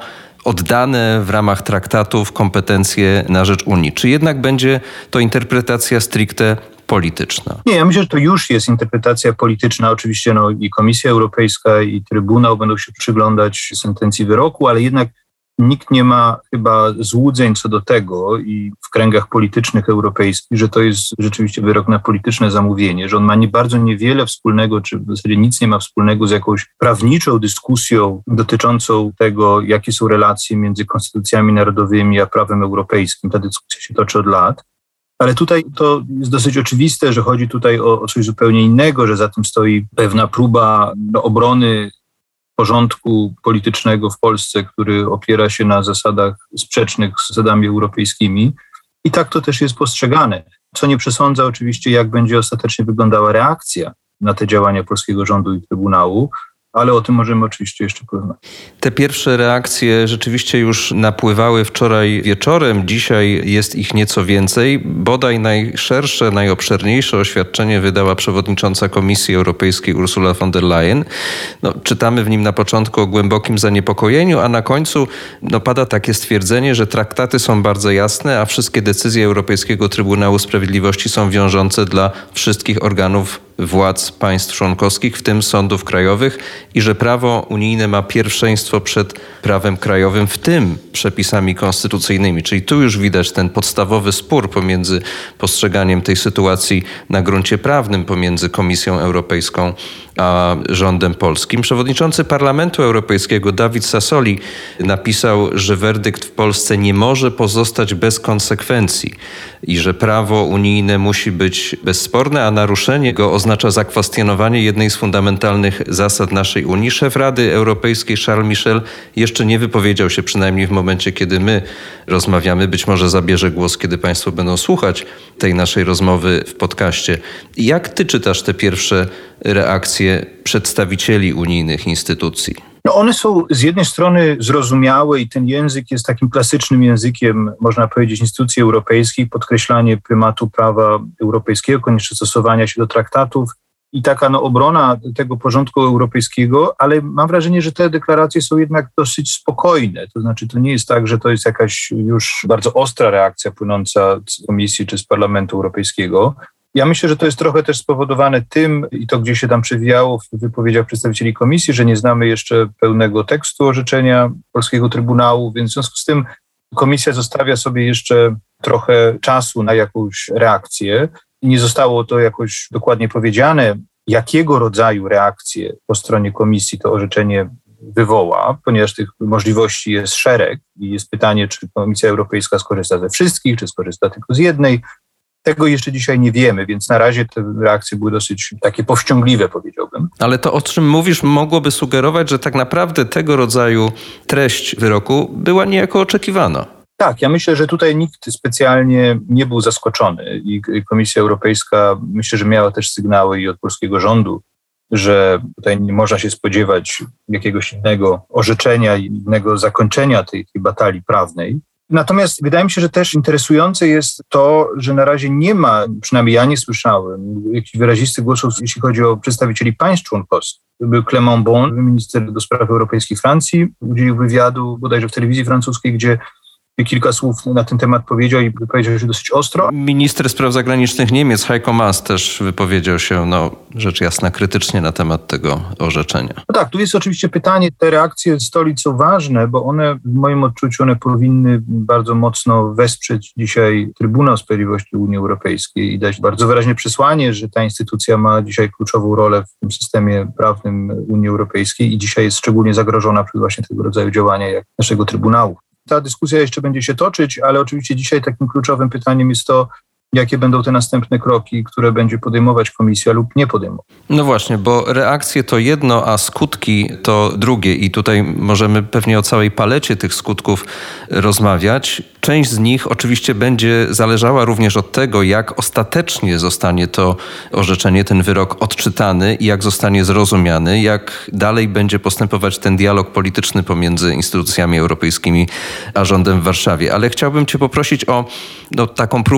oddane w ramach traktatów kompetencje na rzecz Unii? Czy jednak będzie to interpretacja stricte polityczna? Nie, ja myślę, że to już jest interpretacja polityczna. Oczywiście i Komisja Europejska i Trybunał będą się przyglądać sentencji wyroku, ale jednak nikt nie ma chyba złudzeń co do tego i w kręgach politycznych europejskich, że to jest rzeczywiście wyrok na polityczne zamówienie, że on ma bardzo niewiele wspólnego, czy w zasadzie nic nie ma wspólnego z jakąś prawniczą dyskusją dotyczącą tego, jakie są relacje między konstytucjami narodowymi a prawem europejskim. Ta dyskusja się toczy od lat. Ale tutaj to jest dosyć oczywiste, że chodzi tutaj o coś zupełnie innego, że za tym stoi pewna próba obrony porządku politycznego w Polsce, który opiera się na zasadach sprzecznych z zasadami europejskimi. I tak to też jest postrzegane. Co nie przesądza oczywiście, jak będzie ostatecznie wyglądała reakcja na te działania polskiego rządu i Trybunału, ale o tym możemy oczywiście jeszcze porozmawiać. Te pierwsze reakcje rzeczywiście już napływały wczoraj wieczorem. Dzisiaj jest ich nieco więcej. Bodaj najszersze, najobszerniejsze oświadczenie wydała przewodnicząca Komisji Europejskiej Ursula von der Leyen. Czytamy w nim na początku o głębokim zaniepokojeniu, a na końcu pada takie stwierdzenie, że traktaty są bardzo jasne, a wszystkie decyzje Europejskiego Trybunału Sprawiedliwości są wiążące dla wszystkich organów władz państw członkowskich, w tym sądów krajowych, i że prawo unijne ma pierwszeństwo przed prawem krajowym, w tym przepisami konstytucyjnymi. Czyli tu już widać ten podstawowy spór pomiędzy postrzeganiem tej sytuacji na gruncie prawnym pomiędzy Komisją Europejską a rządem polskim. Przewodniczący Parlamentu Europejskiego David Sassoli napisał, że werdykt w Polsce nie może pozostać bez konsekwencji i że prawo unijne musi być bezsporne, a naruszenie go oznacza zakwestionowanie jednej z fundamentalnych zasad naszej Unii. Szef Rady Europejskiej Charles Michel jeszcze nie wypowiedział się, przynajmniej w momencie, kiedy my rozmawiamy. Być może zabierze głos, kiedy państwo będą słuchać tej naszej rozmowy w podcaście. Jak ty czytasz te pierwsze reakcje przedstawicieli unijnych instytucji? One są z jednej strony zrozumiałe i ten język jest takim klasycznym językiem, można powiedzieć, instytucji europejskich, podkreślanie prymatu prawa europejskiego, konieczność stosowania się do traktatów i taka obrona tego porządku europejskiego, ale mam wrażenie, że te deklaracje są jednak dosyć spokojne. To znaczy, to nie jest tak, że to jest jakaś już bardzo ostra reakcja płynąca z Komisji czy z Parlamentu Europejskiego. Ja myślę, że to jest trochę też spowodowane tym, i to gdzieś się tam przewijało w wypowiedziach przedstawicieli Komisji, że nie znamy jeszcze pełnego tekstu orzeczenia polskiego Trybunału, więc w związku z tym Komisja zostawia sobie jeszcze trochę czasu na jakąś reakcję. Nie zostało to jakoś dokładnie powiedziane, jakiego rodzaju reakcje po stronie Komisji to orzeczenie wywoła, ponieważ tych możliwości jest szereg i jest pytanie, czy Komisja Europejska skorzysta ze wszystkich, czy skorzysta tylko z jednej. Tego jeszcze dzisiaj nie wiemy, więc na razie te reakcje były dosyć takie powściągliwe, powiedziałbym. Ale to, o czym mówisz, mogłoby sugerować, że tak naprawdę tego rodzaju treść wyroku była niejako oczekiwana. Tak, ja myślę, że tutaj nikt specjalnie nie był zaskoczony i Komisja Europejska myślę, że miała też sygnały i od polskiego rządu, że tutaj nie można się spodziewać jakiegoś innego orzeczenia, innego zakończenia tej batalii prawnej. Natomiast wydaje mi się, że też interesujące jest to, że na razie nie ma, przynajmniej ja nie słyszałem, jakichś wyrazistych głosów, jeśli chodzi o przedstawicieli państw członkowskich. Był Clément Beaune, minister do spraw europejskich Francji, udzielił wywiadu bodajże w telewizji francuskiej, gdzie kilka słów na ten temat powiedział i wypowiedział się dosyć ostro. Minister spraw zagranicznych Niemiec Heiko Maas też wypowiedział się, rzecz jasna, krytycznie na temat tego orzeczenia. No tak, tu jest oczywiście pytanie, te reakcje stolic są ważne, bo one w moim odczuciu powinny bardzo mocno wesprzeć dzisiaj Trybunał Sprawiedliwości Unii Europejskiej i dać bardzo wyraźne przesłanie, że ta instytucja ma dzisiaj kluczową rolę w tym systemie prawnym Unii Europejskiej i dzisiaj jest szczególnie zagrożona przez właśnie tego rodzaju działania jak naszego Trybunału. Ta dyskusja jeszcze będzie się toczyć, ale oczywiście dzisiaj takim kluczowym pytaniem jest to, jakie będą te następne kroki, które będzie podejmować Komisja lub nie podejmować. No właśnie, bo reakcje to jedno, a skutki to drugie i tutaj możemy pewnie o całej palecie tych skutków rozmawiać. Część z nich oczywiście będzie zależała również od tego, jak ostatecznie zostanie to orzeczenie, ten wyrok odczytany i jak zostanie zrozumiany, jak dalej będzie postępować ten dialog polityczny pomiędzy instytucjami europejskimi a rządem w Warszawie. Ale chciałbym cię poprosić o taką próbę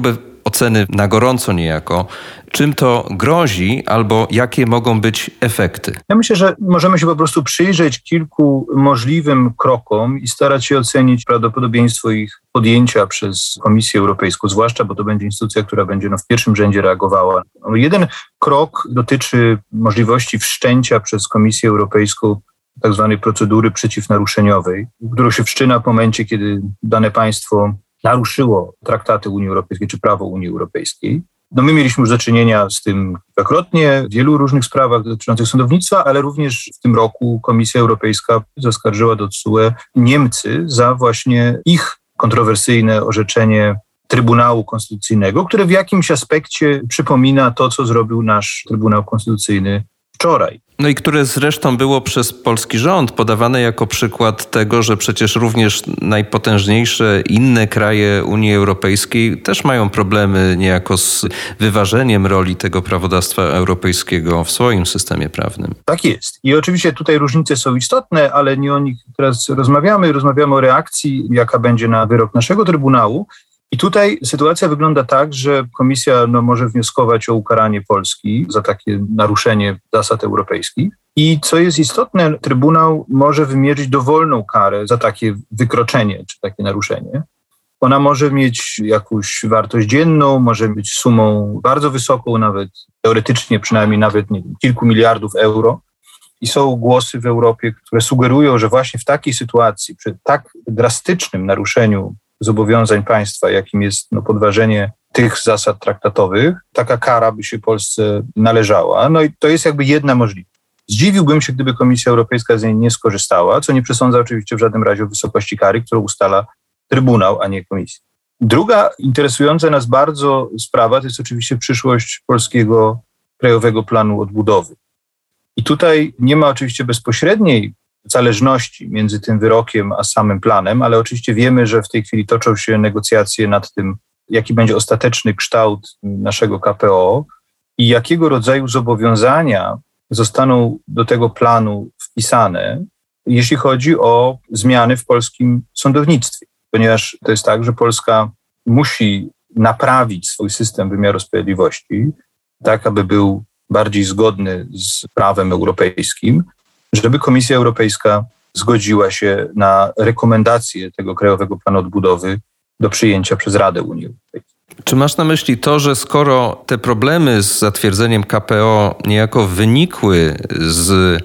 oceny na gorąco niejako, czym to grozi albo jakie mogą być efekty? Ja myślę, że możemy się po prostu przyjrzeć kilku możliwym krokom i starać się ocenić prawdopodobieństwo ich podjęcia przez Komisję Europejską, zwłaszcza, bo to będzie instytucja, która będzie w pierwszym rzędzie reagowała. Jeden krok dotyczy możliwości wszczęcia przez Komisję Europejską tak zwanej procedury przeciwnaruszeniowej, którą się wszczyna w momencie, kiedy dane państwo naruszyło traktaty Unii Europejskiej czy prawo Unii Europejskiej. My mieliśmy już do czynienia z tym wielokrotnie w wielu różnych sprawach dotyczących sądownictwa, ale również w tym roku Komisja Europejska zaskarżyła do TSUE Niemcy za właśnie ich kontrowersyjne orzeczenie Trybunału Konstytucyjnego, które w jakimś aspekcie przypomina to, co zrobił nasz Trybunał Konstytucyjny wczoraj. No i które zresztą było przez polski rząd podawane jako przykład tego, że przecież również najpotężniejsze inne kraje Unii Europejskiej też mają problemy niejako z wyważeniem roli tego prawodawstwa europejskiego w swoim systemie prawnym. Tak jest. I oczywiście tutaj różnice są istotne, ale nie o nich teraz rozmawiamy. Rozmawiamy o reakcji, jaka będzie na wyrok naszego Trybunału. I tutaj sytuacja wygląda tak, że Komisja może wnioskować o ukaranie Polski za takie naruszenie zasad europejskich. I co jest istotne, Trybunał może wymierzyć dowolną karę za takie wykroczenie czy takie naruszenie. Ona może mieć jakąś wartość dzienną, może być sumą bardzo wysoką, nawet teoretycznie przynajmniej nawet kilku miliardów euro. I są głosy w Europie, które sugerują, że właśnie w takiej sytuacji, przy tak drastycznym naruszeniu zobowiązań państwa, jakim jest podważenie tych zasad traktatowych, taka kara by się Polsce należała. No i to jest jakby jedna możliwość. Zdziwiłbym się, gdyby Komisja Europejska z niej nie skorzystała, co nie przesądza oczywiście w żadnym razie o wysokości kary, którą ustala Trybunał, a nie Komisja. Druga interesująca nas bardzo sprawa to jest oczywiście przyszłość polskiego Krajowego Planu Odbudowy. I tutaj nie ma oczywiście bezpośredniej zależności między tym wyrokiem a samym planem, ale oczywiście wiemy, że w tej chwili toczą się negocjacje nad tym, jaki będzie ostateczny kształt naszego KPO i jakiego rodzaju zobowiązania zostaną do tego planu wpisane, jeśli chodzi o zmiany w polskim sądownictwie. Ponieważ to jest tak, że Polska musi naprawić swój system wymiaru sprawiedliwości, tak aby był bardziej zgodny z prawem europejskim, żeby Komisja Europejska zgodziła się na rekomendacje tego Krajowego Planu Odbudowy do przyjęcia przez Radę Unii Europejskiej. Czy masz na myśli to, że skoro te problemy z zatwierdzeniem KPO niejako wynikły z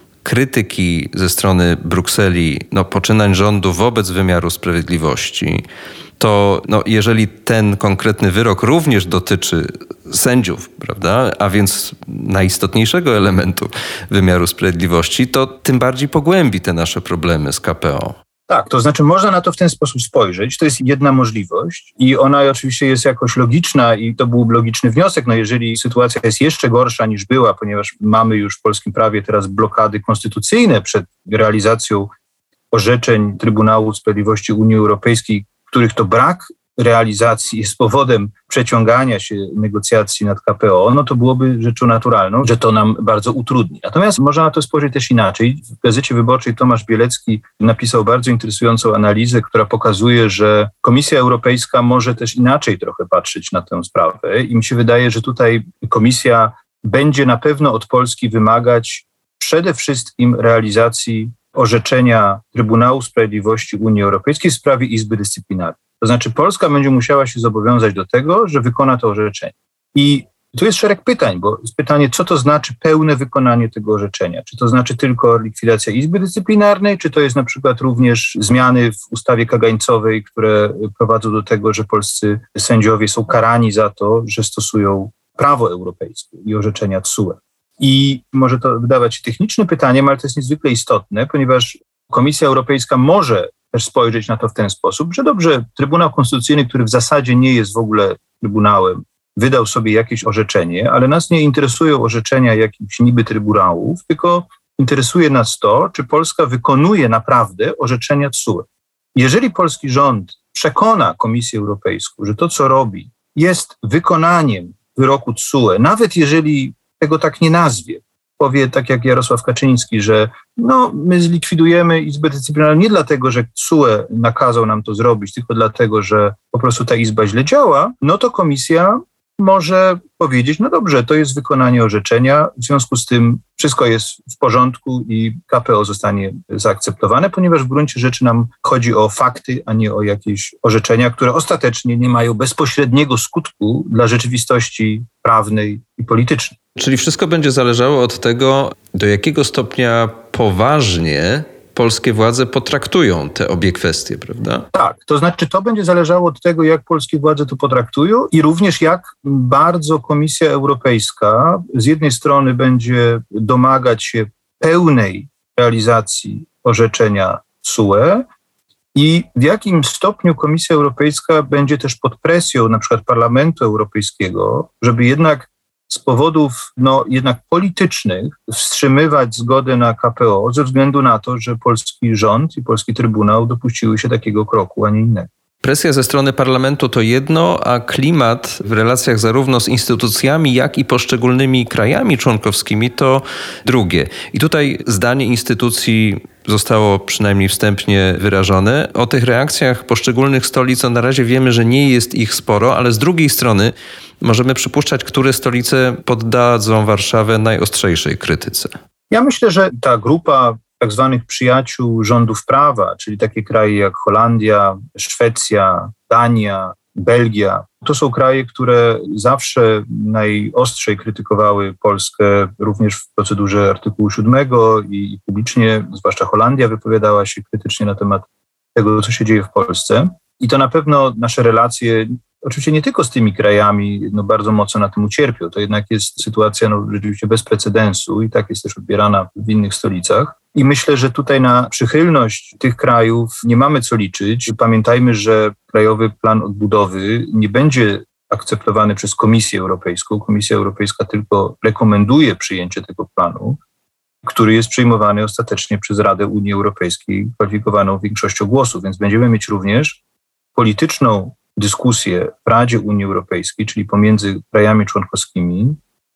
krytyki ze strony Brukseli, poczynań rządu wobec wymiaru sprawiedliwości, to jeżeli ten konkretny wyrok również dotyczy sędziów, prawda, a więc najistotniejszego elementu wymiaru sprawiedliwości, to tym bardziej pogłębi te nasze problemy z KPO. Tak, to znaczy można na to w ten sposób spojrzeć. To jest jedna możliwość i ona oczywiście jest jakoś logiczna i to byłby logiczny wniosek. Jeżeli sytuacja jest jeszcze gorsza niż była, ponieważ mamy już w polskim prawie teraz blokady konstytucyjne przed realizacją orzeczeń Trybunału Sprawiedliwości Unii Europejskiej, których to brak realizacji jest powodem przeciągania się negocjacji nad KPO, to byłoby rzeczą naturalną, że to nam bardzo utrudni. Natomiast można na to spojrzeć też inaczej. W Gazecie Wyborczej Tomasz Bielecki napisał bardzo interesującą analizę, która pokazuje, że Komisja Europejska może też inaczej trochę patrzeć na tę sprawę i mi się wydaje, że tutaj Komisja będzie na pewno od Polski wymagać przede wszystkim realizacji orzeczenia Trybunału Sprawiedliwości Unii Europejskiej w sprawie Izby Dyscyplinarnej. To znaczy Polska będzie musiała się zobowiązać do tego, że wykona to orzeczenie. I tu jest szereg pytań, bo jest pytanie, co to znaczy pełne wykonanie tego orzeczenia? Czy to znaczy tylko likwidacja Izby Dyscyplinarnej, czy to jest na przykład również zmiany w ustawie kagańcowej, które prowadzą do tego, że polscy sędziowie są karani za to, że stosują prawo europejskie i orzeczenia TSUE. I może to wydawać się technicznym pytaniem, ale to jest niezwykle istotne, ponieważ Komisja Europejska może też spojrzeć na to w ten sposób, że dobrze, Trybunał Konstytucyjny, który w zasadzie nie jest w ogóle Trybunałem, wydał sobie jakieś orzeczenie, ale nas nie interesują orzeczenia jakichś niby trybunałów, tylko interesuje nas to, czy Polska wykonuje naprawdę orzeczenia TSUE. Jeżeli polski rząd przekona Komisję Europejską, że to, co robi, jest wykonaniem wyroku TSUE, nawet jeżeli tego tak nie nazwie, powie tak jak Jarosław Kaczyński, że my zlikwidujemy Izbę Dyscyplinarną nie dlatego, że TSUE nakazał nam to zrobić, tylko dlatego, że po prostu ta Izba źle działa, to komisja może powiedzieć, dobrze, to jest wykonanie orzeczenia, w związku z tym wszystko jest w porządku i KPO zostanie zaakceptowane, ponieważ w gruncie rzeczy nam chodzi o fakty, a nie o jakieś orzeczenia, które ostatecznie nie mają bezpośredniego skutku dla rzeczywistości prawnej i politycznej. Czyli wszystko będzie zależało od tego, do jakiego stopnia poważnie polskie władze potraktują te obie kwestie, prawda? Tak, to znaczy to będzie zależało od tego, jak polskie władze to potraktują i również jak bardzo Komisja Europejska z jednej strony będzie domagać się pełnej realizacji orzeczenia TSUE i w jakim stopniu Komisja Europejska będzie też pod presją na przykład Parlamentu Europejskiego, żeby jednak z powodów jednak politycznych wstrzymywać zgodę na KPO ze względu na to, że polski rząd i polski Trybunał dopuściły się takiego kroku, a nie innego. Presja ze strony parlamentu to jedno, a klimat w relacjach zarówno z instytucjami, jak i poszczególnymi krajami członkowskimi to drugie. I tutaj zdanie instytucji zostało przynajmniej wstępnie wyrażone. O tych reakcjach poszczególnych stolic na razie wiemy, że nie jest ich sporo, ale z drugiej strony możemy przypuszczać, które stolice poddadzą Warszawę najostrzejszej krytyce. Ja myślę, że ta grupa tak zwanych przyjaciół rządów prawa, czyli takie kraje jak Holandia, Szwecja, Dania, Belgia, to są kraje, które zawsze najostrzej krytykowały Polskę, również w procedurze artykułu 7 i publicznie, zwłaszcza Holandia wypowiadała się krytycznie na temat tego, co się dzieje w Polsce. I to na pewno nasze relacje, oczywiście nie tylko z tymi krajami, bardzo mocno na tym ucierpią. To jednak jest sytuacja rzeczywiście bez precedensu i tak jest też odbierana w innych stolicach. I myślę, że tutaj na przychylność tych krajów nie mamy co liczyć. Pamiętajmy, że Krajowy Plan Odbudowy nie będzie akceptowany przez Komisję Europejską. Komisja Europejska tylko rekomenduje przyjęcie tego planu, który jest przyjmowany ostatecznie przez Radę Unii Europejskiej kwalifikowaną większością głosów. Więc będziemy mieć również polityczną dyskusję w Radzie Unii Europejskiej, czyli pomiędzy krajami członkowskimi,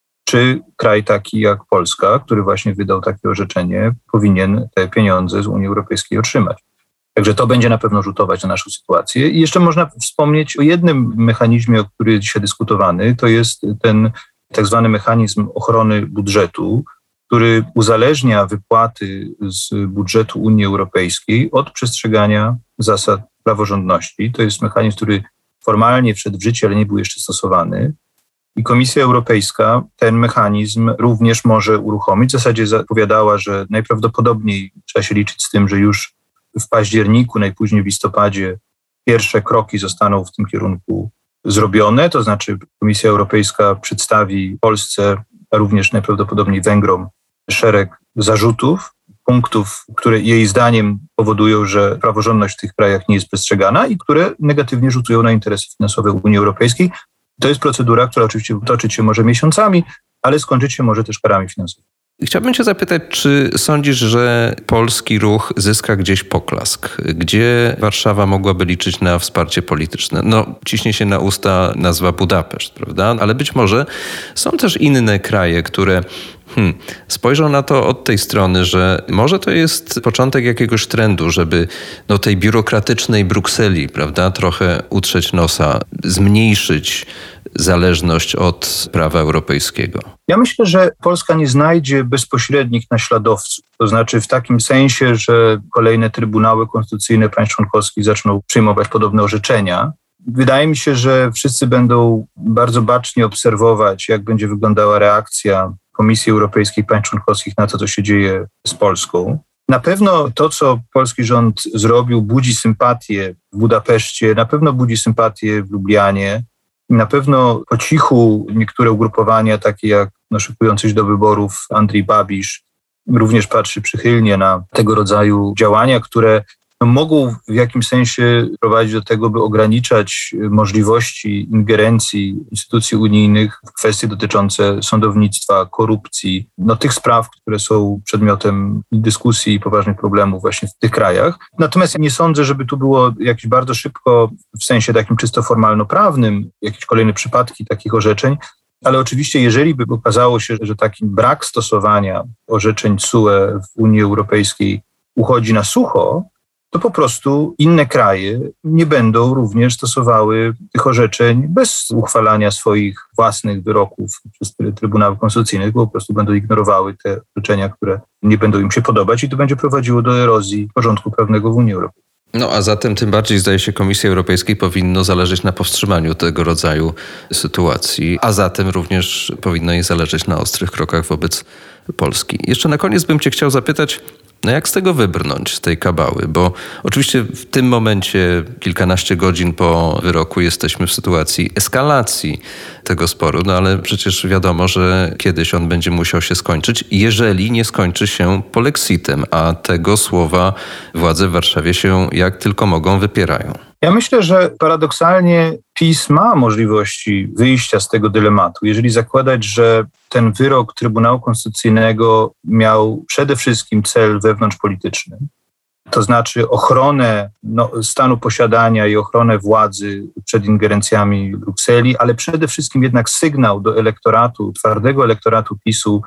czy kraj taki jak Polska, który właśnie wydał takie orzeczenie, powinien te pieniądze z Unii Europejskiej otrzymać. Także to będzie na pewno rzutować na naszą sytuację. I jeszcze można wspomnieć o jednym mechanizmie, o którym jest dzisiaj dyskutowany, to jest ten tak zwany mechanizm ochrony budżetu, który uzależnia wypłaty z budżetu Unii Europejskiej od przestrzegania zasad praworządności. To jest mechanizm, który formalnie wszedł w życie, ale nie był jeszcze stosowany. I Komisja Europejska ten mechanizm również może uruchomić. W zasadzie zapowiadała, że najprawdopodobniej trzeba się liczyć z tym, że już w październiku, najpóźniej w listopadzie pierwsze kroki zostaną w tym kierunku zrobione. To znaczy Komisja Europejska przedstawi Polsce, a również najprawdopodobniej Węgrom szereg zarzutów, punktów, które jej zdaniem powodują, że praworządność w tych krajach nie jest przestrzegana i które negatywnie rzutują na interesy finansowe Unii Europejskiej. To jest procedura, która oczywiście toczyć się może miesiącami, ale skończyć się może też karami finansowymi. Chciałbym cię zapytać, czy sądzisz, że polski ruch zyska gdzieś poklask? Gdzie Warszawa mogłaby liczyć na wsparcie polityczne? Ciśnie się na usta nazwa Budapeszt, prawda? Ale być może są też inne kraje, które spojrzą na to od tej strony, że może to jest początek jakiegoś trendu, żeby tej biurokratycznej Brukseli, prawda, trochę utrzeć nosa, zmniejszyć zależność od prawa europejskiego. Ja myślę, że Polska nie znajdzie bezpośrednich naśladowców. To znaczy w takim sensie, że kolejne trybunały konstytucyjne państw członkowskich zaczną przyjmować podobne orzeczenia. Wydaje mi się, że wszyscy będą bardzo bacznie obserwować, jak będzie wyglądała reakcja Komisji Europejskiej państw członkowskich na to, co się dzieje z Polską. Na pewno to, co polski rząd zrobił, budzi sympatię w Budapeszcie, na pewno budzi sympatię w Lublianie. Na pewno po cichu niektóre ugrupowania, takie jak szykujący się do wyborów Andrzej Babiš, również patrzy przychylnie na tego rodzaju działania, które mogą w jakimś sensie prowadzić do tego, by ograniczać możliwości ingerencji instytucji unijnych w kwestie dotyczące sądownictwa, korupcji, tych spraw, które są przedmiotem dyskusji i poważnych problemów właśnie w tych krajach. Natomiast nie sądzę, żeby tu było jakieś bardzo szybko, w sensie takim czysto formalno-prawnym, jakieś kolejne przypadki takich orzeczeń. Ale oczywiście, jeżeli by okazało się, że taki brak stosowania orzeczeń TSUE w Unii Europejskiej uchodzi na sucho, to po prostu inne kraje nie będą również stosowały tych orzeczeń bez uchwalania swoich własnych wyroków przez Trybunał Konstytucyjny, tylko po prostu będą ignorowały te orzeczenia, które nie będą im się podobać i to będzie prowadziło do erozji porządku prawnego w Unii Europejskiej. No a zatem tym bardziej, zdaje się, Komisji Europejskiej powinno zależeć na powstrzymaniu tego rodzaju sytuacji, a zatem również powinno jej zależeć na ostrych krokach wobec Polski. Jeszcze na koniec bym cię chciał zapytać, no jak z tego wybrnąć, z tej kabały? Bo oczywiście w tym momencie, kilkanaście godzin po wyroku, jesteśmy w sytuacji eskalacji tego sporu, no ale przecież wiadomo, że kiedyś on będzie musiał się skończyć, jeżeli nie skończy się polexitem, a tego słowa władze w Warszawie się jak tylko mogą wypierają. Ja myślę, że paradoksalnie PiS ma możliwości wyjścia z tego dylematu, jeżeli zakładać, że ten wyrok Trybunału Konstytucyjnego miał przede wszystkim cel wewnątrzpolityczny, to znaczy ochronę stanu posiadania i ochronę władzy przed ingerencjami Brukseli, ale przede wszystkim jednak sygnał do elektoratu, twardego elektoratu PiS-u,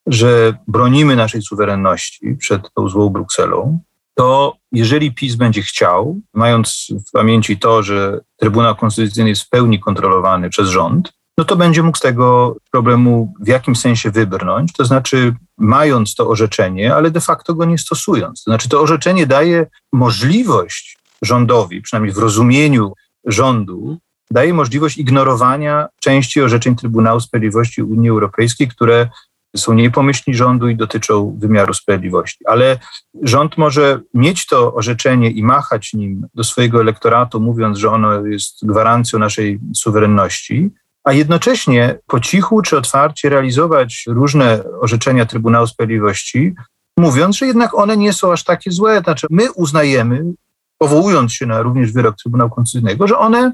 że bronimy naszej suwerenności przed tą złą Brukselą. To jeżeli PiS będzie chciał, mając w pamięci to, że Trybunał Konstytucyjny jest w pełni kontrolowany przez rząd, no to będzie mógł z tego problemu w jakimś sensie wybrnąć, to znaczy mając to orzeczenie, ale de facto go nie stosując. To znaczy to orzeczenie daje możliwość rządowi, przynajmniej w rozumieniu rządu, daje możliwość ignorowania części orzeczeń Trybunału Sprawiedliwości Unii Europejskiej, które są niepomyślni rządu i dotyczą wymiaru sprawiedliwości. Ale rząd może mieć to orzeczenie i machać nim do swojego elektoratu, mówiąc, że ono jest gwarancją naszej suwerenności, a jednocześnie po cichu czy otwarcie realizować różne orzeczenia Trybunału Sprawiedliwości, mówiąc, że jednak one nie są aż takie złe. Znaczy my uznajemy, powołując się na również wyrok Trybunału Konstytucyjnego, że one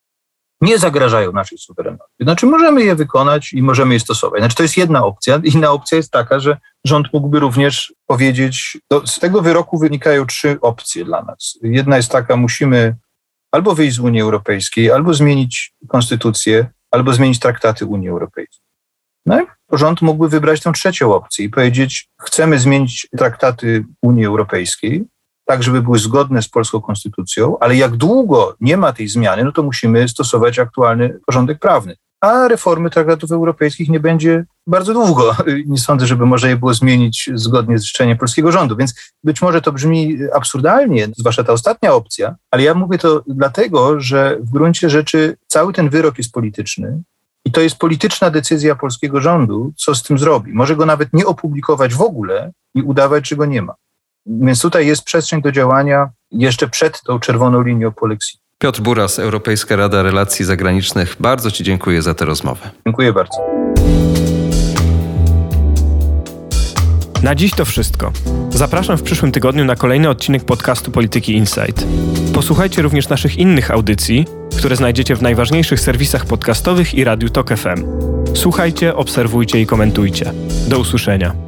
nie zagrażają naszej suwerenności. Znaczy możemy je wykonać i możemy je stosować. Znaczy to jest jedna opcja. Inna opcja jest taka, że rząd mógłby również powiedzieć, z tego wyroku wynikają 3 opcje dla nas. Jedna jest taka, musimy albo wyjść z Unii Europejskiej, albo zmienić konstytucję, albo zmienić traktaty Unii Europejskiej. No i rząd mógłby wybrać tę 3. opcję i powiedzieć, chcemy zmienić traktaty Unii Europejskiej, tak żeby były zgodne z polską konstytucją, ale jak długo nie ma tej zmiany, no to musimy stosować aktualny porządek prawny. A reformy traktatów europejskich nie będzie bardzo długo. Nie sądzę, żeby można je było zmienić zgodnie z życzeniem polskiego rządu. Więc być może to brzmi absurdalnie, zwłaszcza ta ostatnia opcja, ale ja mówię to dlatego, że w gruncie rzeczy cały ten wyrok jest polityczny i to jest polityczna decyzja polskiego rządu, co z tym zrobi. Może go nawet nie opublikować w ogóle i udawać, że go nie ma. Więc tutaj jest przestrzeń do działania jeszcze przed tą czerwoną linią polexitu. Piotr Buras, Europejska Rada Relacji Zagranicznych. Bardzo ci dziękuję za tę rozmowę. Dziękuję bardzo. Na dziś to wszystko. Zapraszam w przyszłym tygodniu na kolejny odcinek podcastu Polityki Insight. Posłuchajcie również naszych innych audycji, które znajdziecie w najważniejszych serwisach podcastowych i Radiu Tok FM. Słuchajcie, obserwujcie i komentujcie. Do usłyszenia.